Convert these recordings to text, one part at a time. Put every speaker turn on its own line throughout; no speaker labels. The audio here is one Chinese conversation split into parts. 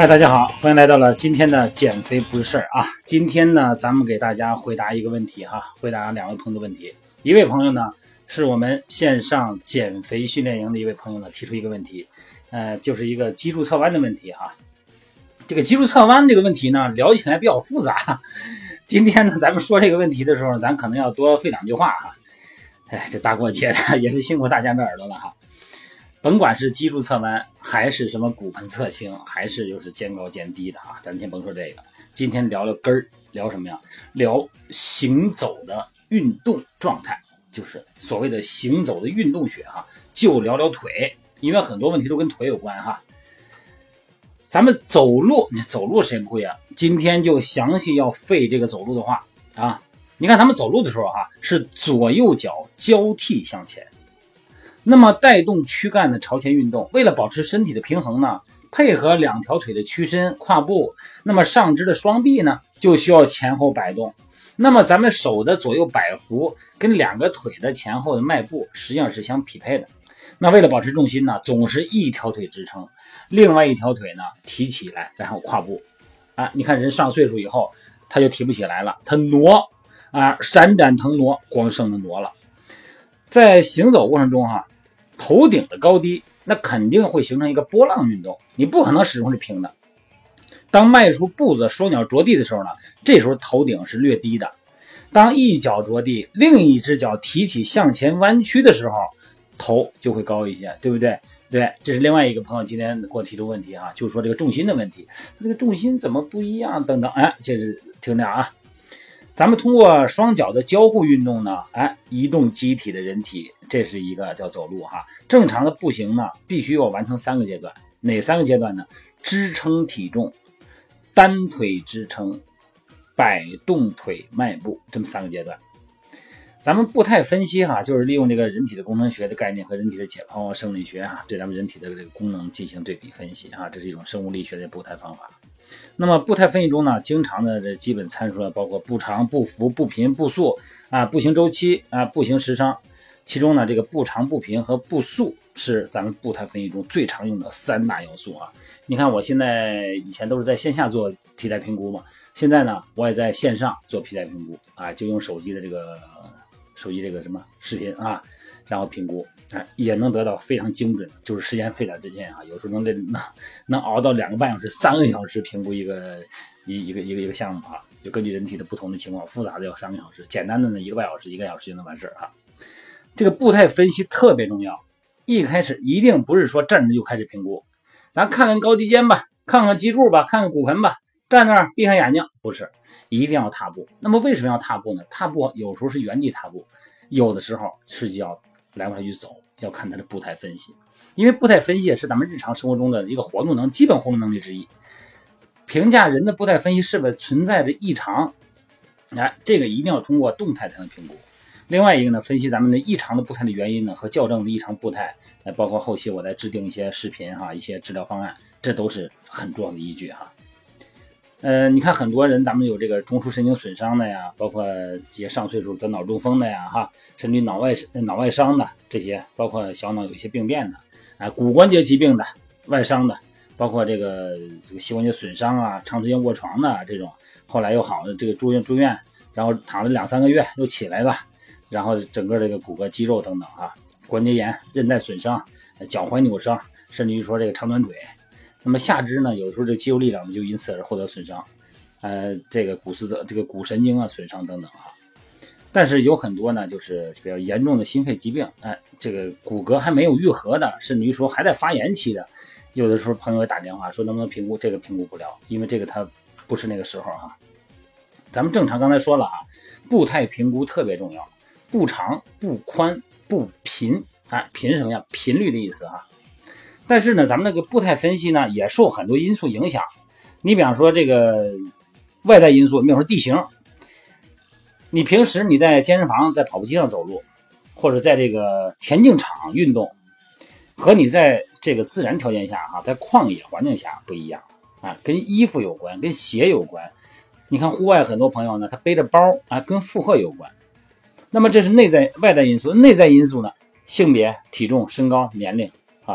嗨，大家好，欢迎来到了今天的减肥不是事儿啊。今天呢，咱们给大家回答一个问题哈，回答两位朋友的问题。一位朋友呢，是我们线上减肥训练营的一位朋友呢，提出一个问题，就是一个脊柱侧弯的问题哈。这个脊柱侧弯这个问题呢，聊起来比较复杂。今天呢，咱们说这个问题的时候，咱可能要多费两句话哈。这大过节的也是辛苦大家的耳朵了哈。甭管是脊柱侧弯，还是什么骨盆侧倾，还是就是肩高肩低的啊，咱先甭说这个。今天聊聊根儿，聊什么呀？聊行走的运动状态，就是所谓的行走的运动学哈。就聊聊腿，因为很多问题都跟腿有关哈。咱们走路，你走路谁不会啊？今天就详细要费这个走路的话啊。你看咱们走路的时候哈，是左右脚交替向前。那么带动躯干的朝前运动，为了保持身体的平衡呢，配合两条腿的屈伸跨步，那么上肢的双臂呢就需要前后摆动。那么咱们手的左右摆幅跟两个腿的前后的迈步实际上是相匹配的。那为了保持重心呢，总是一条腿支撑，另外一条腿呢提起来，然后跨步。你看人上岁数以后他就提不起来了，他挪闪展腾挪，光剩的挪了。在行走过程中头顶的高低那肯定会形成一个波浪运动，你不可能始终是平的。当迈出步子双脚着地的时候呢，这时候头顶是略低的。当一脚着地，另一只脚提起向前弯曲的时候，头就会高一些，对不对？对，这是另外一个朋友今天给我提出问题就是说这个重心的问题，这个重心怎么不一样等等。这是听着啊。咱们通过双脚的交互运动呢，移动机体的人体，这是一个叫走路哈。正常的步行呢，必须要完成3个阶段。哪3个阶段呢？支撑体重、单腿支撑、摆动腿迈步，这么3个阶段。咱们步态分析就是利用这个人体的工程学的概念和人体的解剖生理学对咱们人体的这个功能进行对比分析这是一种生物力学的步态方法。那么步态分析中呢，经常的这基本参数包括步长、步幅、步频、步速步行周期步行时长。其中呢，这个步长、步频和步速是咱们步态分析中最常用的3大要素你看我现在以前都是在线下做体态评估嘛，现在呢我也在线上做体态评估就用手机这个什么视频然后评估也能得到非常精准，就是时间费点之前有时候能熬到2个半小时、3个小时评估一个项目就根据人体的不同的情况，复杂的要3个小时，简单的呢1个半小时、1个小时就能完事这个步态分析特别重要，一开始一定不是说站着就开始评估，咱看看高低肩吧，看看脊柱吧，看看骨盆吧，站那儿闭上眼睛，不是，一定要踏步。那么为什么要踏步呢？踏步有时候是原地踏步，有的时候是要来回去走，要看它的步态分析。因为步态分析是咱们日常生活中的一个基本活动能力之一。评价人的步态分析是否存在着异常，这个一定要通过动态才能评估。另外一个呢，分析咱们的异常的步态的原因呢，和校正的异常步态，包括后期我再制定一些视频一些治疗方案，这都是很重要的依据你看很多人咱们有这个中枢神经损伤的呀，包括这些上岁数得脑中风的呀甚至脑外伤的这些，包括小脑有一些病变的骨关节疾病的外伤的，包括这个膝关节损伤长时间卧床的这种，后来又好的这个住院，然后躺了2-3个月又起来了，然后整个这个骨骼肌肉等等关节炎、韧带损伤、脚踝扭伤，甚至于说这个长短腿。那么下肢呢，有的时候这肌肉力量就因此而获得损伤，这个骨神经损伤等等但是有很多呢，就是比较严重的心肺疾病，这个骨骼还没有愈合的，甚至于说还在发炎期的，有的时候朋友也打电话说能不能评估，这个评估不了，因为这个它不是那个时候咱们正常刚才说了步态评估特别重要，步长、步宽、步频频什么呀？频率的意思但是呢，咱们那个步态分析呢，也受很多因素影响。你比方说这个外在因素，比方说地形，你平时你在健身房、在跑步机上走路，或者在这个田径场运动，和你在这个自然条件下在旷野环境下不一样跟衣服有关，跟鞋有关。你看户外很多朋友呢，他背着包跟负荷有关。那么这是外在因素，内在因素呢，性别、体重、身高、年龄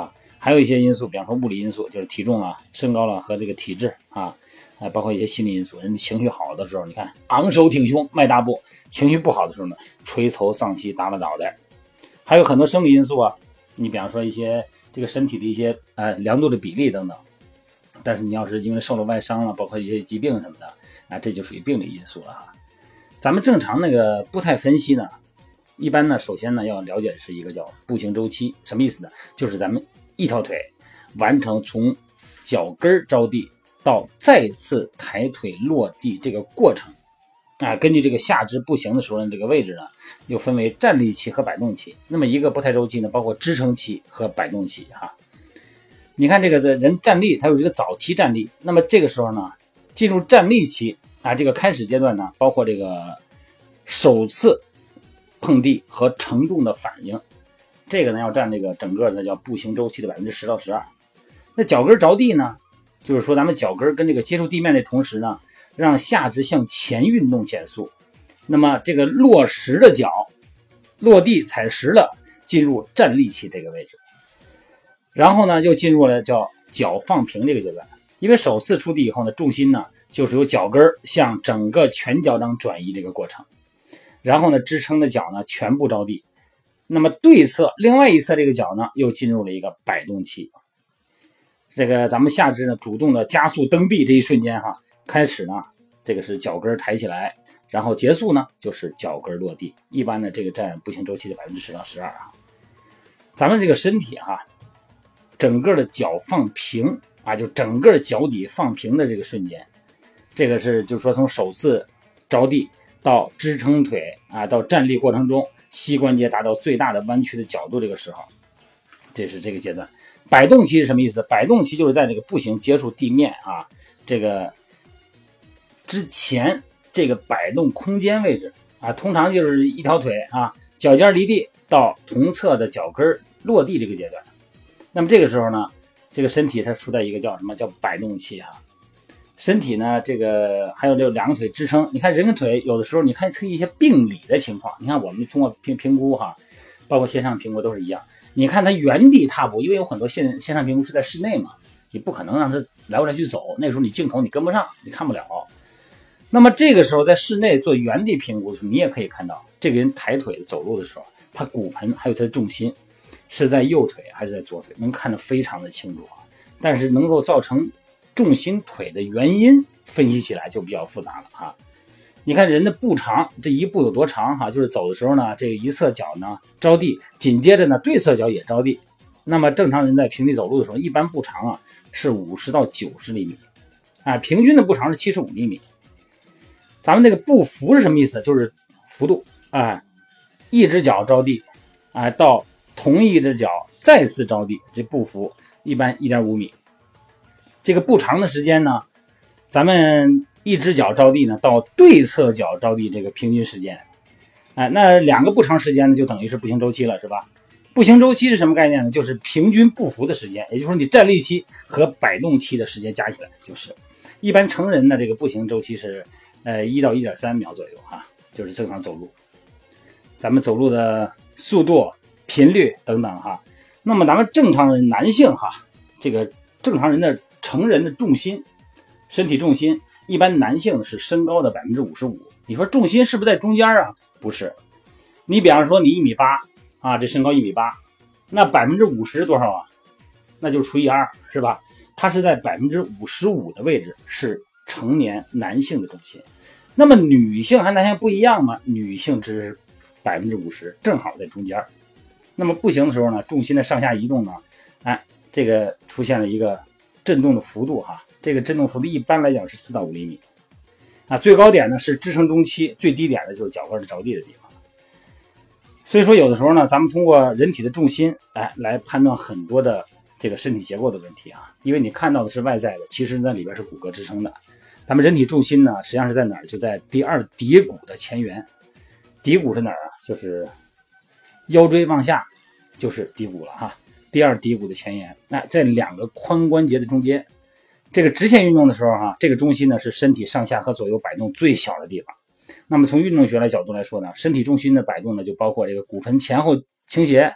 还有一些因素，比方说物理因素，就是体重啊、身高了和这个体质啊，包括一些心理因素。人情绪好的时候，你看昂首挺胸迈大步；情绪不好的时候呢，垂头丧气耷拉脑袋。还有很多生理因素啊，你比方说一些这个身体的一些量度的比例等等。但是你要是因为受了外伤了，包括一些疾病什么的啊，这就属于病理因素了哈。咱们正常那个步态分析呢，一般呢，首先呢要了解的是一个叫步行周期，什么意思呢？就是咱们一条腿完成从脚跟着地到再次抬腿落地这个过程啊，根据这个下肢步行的时候的这个位置呢，又分为站立期和摆动期。那么一个步态周期呢，包括支撑期和摆动期哈。你看这个人站立，它有一个早期站立，那么这个时候呢，进入站立期啊，这个开始阶段呢，包括这个首次碰地和承重的反应，这个呢要占这个整个的叫步行周期的10%到12%。那脚跟着地呢，就是说咱们脚跟跟这个接触地面的同时呢，让下肢向前运动减速，那么这个落实的脚落地踩实了，进入站立期这个位置。然后呢，又进入了叫脚放平这个阶段，因为首次触地以后呢，重心呢就是由脚跟向整个全脚掌转移这个过程，然后呢，支撑的脚呢全部着地，那么对侧另外一侧这个脚呢又进入了一个摆动期。这个咱们下肢呢主动的加速蹬地这一瞬间哈，开始呢这个是脚跟抬起来，然后结束呢就是脚跟落地，一般呢这个占步行周期的10%到12%哈。咱们这个身体哈，整个的脚放平啊，就整个脚底放平的这个瞬间，这个是就是说从首次着地到支撑腿啊，到站立过程中膝关节达到最大的弯曲的角度，这个时候，这是这个阶段。摆动期是什么意思？摆动期就是在这个步行接触地面啊，这个之前这个摆动空间位置啊，通常就是一条腿啊，脚尖离地到同侧的脚跟落地这个阶段。那么这个时候呢，这个身体它处在一个叫什么叫摆动期啊。身体呢，这个还有这两个腿支撑。你看人跟腿有的时候，你看特意一些病理的情况，你看我们通过评估哈，包括线上评估都是一样。你看它原地踏步，因为有很多线上评估是在室内嘛，你不可能让它来回来去走，那时候你镜头你跟不上，你看不了。那么这个时候在室内做原地评估的时候，你也可以看到这个人抬腿走路的时候，他骨盆还有他的重心是在右腿还是在左腿，能看得非常的清楚啊。但是能够造成重心腿的原因分析起来就比较复杂了哈。你看人的步长，这一步有多长哈？就是走的时候呢，这个一侧脚呢着地，紧接着呢对侧脚也着地。那么正常人在平地走路的时候，一般步长啊是50到90厘米啊，平均的步长是75厘米。咱们这个步幅是什么意思？就是幅度啊，一只脚着地啊，到同一只脚再次着地，这步幅一般1.5米。这个步长的时间呢，咱们一只脚着地呢到对侧脚着地这个平均时间，那两个步长时间呢就等于是步行周期了，是吧？步行周期是什么概念呢？就是平均步幅的时间，也就是说你站立期和摆动期的时间加起来，就是一般成人的这个步行周期是1到1.3秒左右哈，就是正常走路。咱们走路的速度、频率等等哈。那么咱们正常人男性哈，这个正常人的成人的重心，身体重心，一般男性是身高的55%。你说重心是不是在中间啊？不是。你比方说你1.8米啊，这身高1.8米，那50%多少啊？那就除以2，是吧？它是在55%的位置，是成年男性的重心。那么女性和男性不一样吗？女性只是50%，正好在中间。那么步行的时候呢，重心的上下移动呢，这个出现了一个震动的幅度哈，这个震动幅度一般来讲是4到5厘米啊，最高点呢是支撑中期，最低点呢就是脚跟着地的地方。所以说有的时候呢，咱们通过人体的重心来判断很多的这个身体结构的问题啊，因为你看到的是外在的，其实那里边是骨骼支撑的。咱们人体重心呢，实际上是在哪儿？就在第二骶骨的前缘。骶骨是哪儿啊？就是腰椎往下就是骶骨了哈。第二骶骨的前沿，在两个髋关节的中间。这个直线运动的时候哈，这个中心呢是身体上下和左右摆动最小的地方。那么从运动学的角度来说呢，身体重心的摆动呢就包括这个骨盆前后倾斜，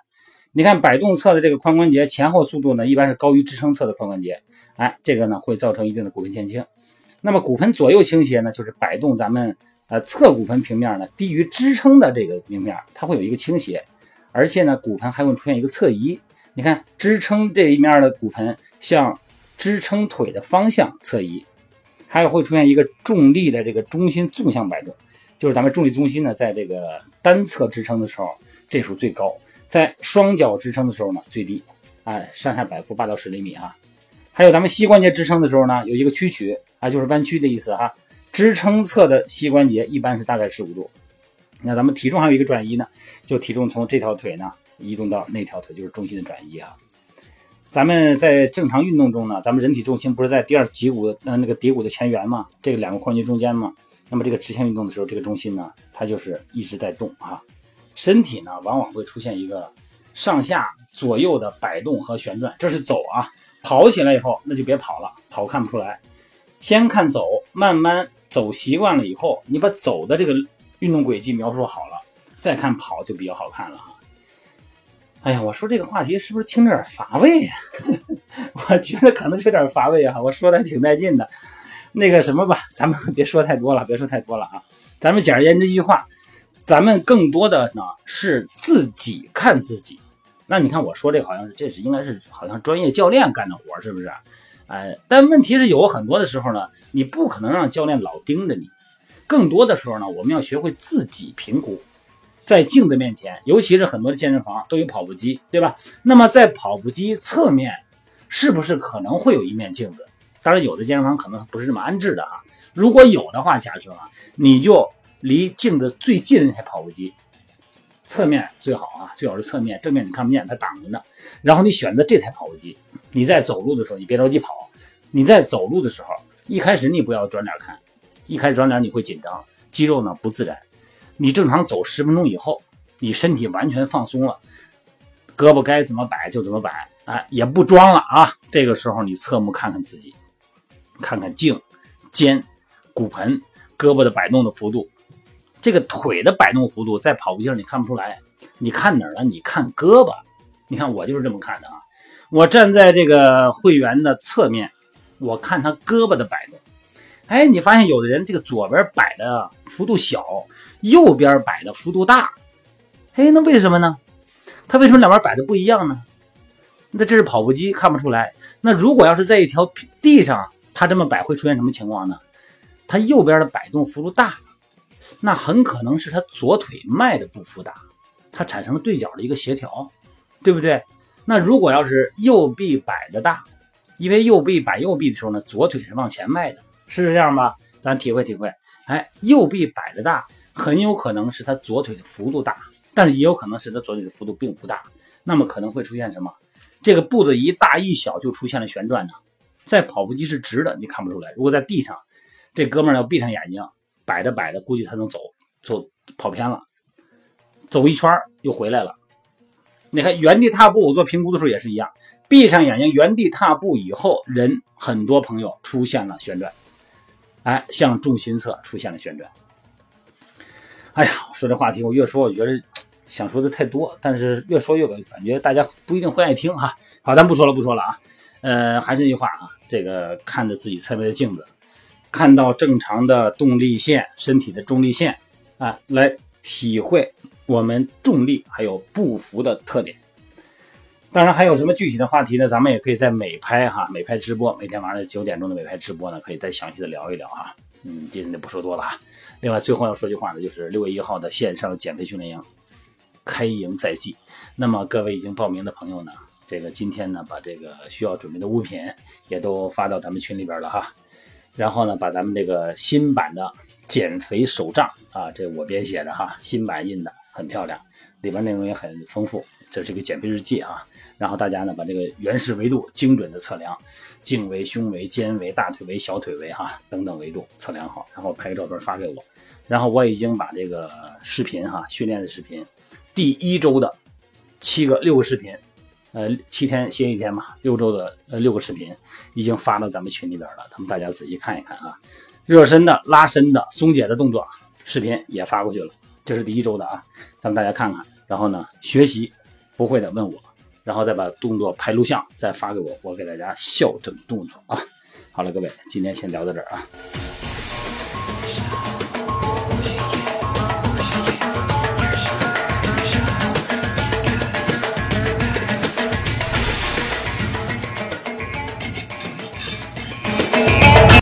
你看摆动侧的这个髋关节前后速度呢，一般是高于支撑侧的髋关节，这个呢会造成一定的骨盆前倾。那么骨盆左右倾斜呢，就是摆动咱们侧骨盆平面呢低于支撑的这个平面，它会有一个倾斜，而且呢骨盆还会出现一个侧移。你看支撑这一面的骨盆向支撑腿的方向侧移，还会出现一个重力的这个中心纵向摆动，就是咱们重力中心呢在这个单侧支撑的时候这数最高，在双脚支撑的时候呢最低，上下摆幅8到10厘米啊。还有咱们膝关节支撑的时候呢，有一个屈曲就是弯曲的意思啊。支撑侧的膝关节一般是大概15度。那咱们体重还有一个转移呢，就体重从这条腿呢移动到那条腿，就是重心的转移啊。咱们在正常运动中呢，咱们人体重心不是在第二脊骨那个骶骨的前缘吗？这个两个髋关节中间吗？那么这个直线运动的时候，这个重心呢它就是一直在动啊。身体呢往往会出现一个上下左右的摆动和旋转，这是走啊。跑起来以后那就别跑了，跑看不出来，先看走，慢慢走习惯了以后，你把走的这个运动轨迹描述好了，再看跑就比较好看了哈。哎呀，我说这个话题是不是听着有点乏味呀？我觉得可能是有点乏味啊，我说的还挺带劲的。那个什么吧，咱们别说太多了啊。咱们简而言之一句话，咱们更多的呢是自己看自己。那你看我说这个好像是应该是好像专业教练干的活，是不是？但问题是有很多的时候呢，你不可能让教练老盯着你，更多的时候呢，我们要学会自己评估。在镜子面前，尤其是很多的健身房都有跑步机，对吧？那么在跑步机侧面是不是可能会有一面镜子？当然有的健身房可能不是这么安置的啊。如果有的话，假设你就离镜子最近的那台跑步机侧面最好啊，最好是侧面，正面你看不见，它挡着呢。然后你选择这台跑步机，你在走路的时候你别着急跑，你在走路的时候一开始你不要转脸看，一开始转脸你会紧张，肌肉呢不自然。你正常走10分钟以后，你身体完全放松了，胳膊该怎么摆就怎么摆，也不装了啊。这个时候你侧目看看自己，看看颈、肩、骨盆、胳膊的摆动的幅度，这个腿的摆动幅度在跑步机上你看不出来，你看哪儿呢？你看胳膊。你看我就是这么看的啊。我站在这个会员的侧面，我看他胳膊的摆动。你发现有的人这个左边摆的幅度小，右边摆的幅度大，那为什么呢？他为什么两边摆的不一样呢？那这是跑步机看不出来。那如果要是在一条地上，他这么摆会出现什么情况呢？他右边的摆动幅度大，那很可能是他左腿迈的步幅大，它产生了对角的一个协调，对不对？那如果要是右臂摆的大，因为右臂摆右臂的时候呢，左腿是往前迈的，是这样吧？咱体会体会。右臂摆的大，很有可能是他左腿的幅度大，但是也有可能是他左腿的幅度并不大。那么可能会出现什么？这个步子一大一小就出现了旋转呢。在跑步机是直的，你看不出来。如果在地上，这哥们儿要闭上眼睛，摆着摆着，估计他能走跑偏了，走一圈又回来了。你看原地踏步，我做评估的时候也是一样，闭上眼睛原地踏步以后，人很多朋友出现了旋转，向重心侧出现了旋转。说这话题我越说我觉得想说的太多，但是越说越感觉大家不一定会爱听哈。好，咱不说了啊。还是那句话啊，这个看着自己侧面的镜子，看到正常的动力线，身体的重力线来体会我们重力还有步幅的特点。当然还有什么具体的话题呢，咱们也可以在美拍直播，每天晚上9点钟的美拍直播呢，可以再详细的聊一聊哈。今天就不说多了啊。另外最后要说句话呢，就是6月1号的线上减肥训练营开营在即。那么各位已经报名的朋友呢，这个今天呢把这个需要准备的物品也都发到咱们群里边了哈。然后呢把咱们这个新版的减肥手账这我编写的哈，新版印的很漂亮，里边内容也很丰富，这是一个减肥日记啊。然后大家呢把这个原始维度精准的测量，颈围、胸围、肩围、大腿围、小腿围等等维度测量好，然后拍个照片发给我。然后我已经把这个视频训练的视频，第1周的6个视频，7天歇1天嘛，6周的6个视频已经发到咱们群里边了，咱们大家仔细看一看啊。热身的、拉伸的、松解的动作视频也发过去了，这是第1周的啊，咱们大家看看，然后呢学习不会的问我，然后再把动作拍录像再发给我，我给大家校正动作啊。好了，各位，今天先聊到这儿啊。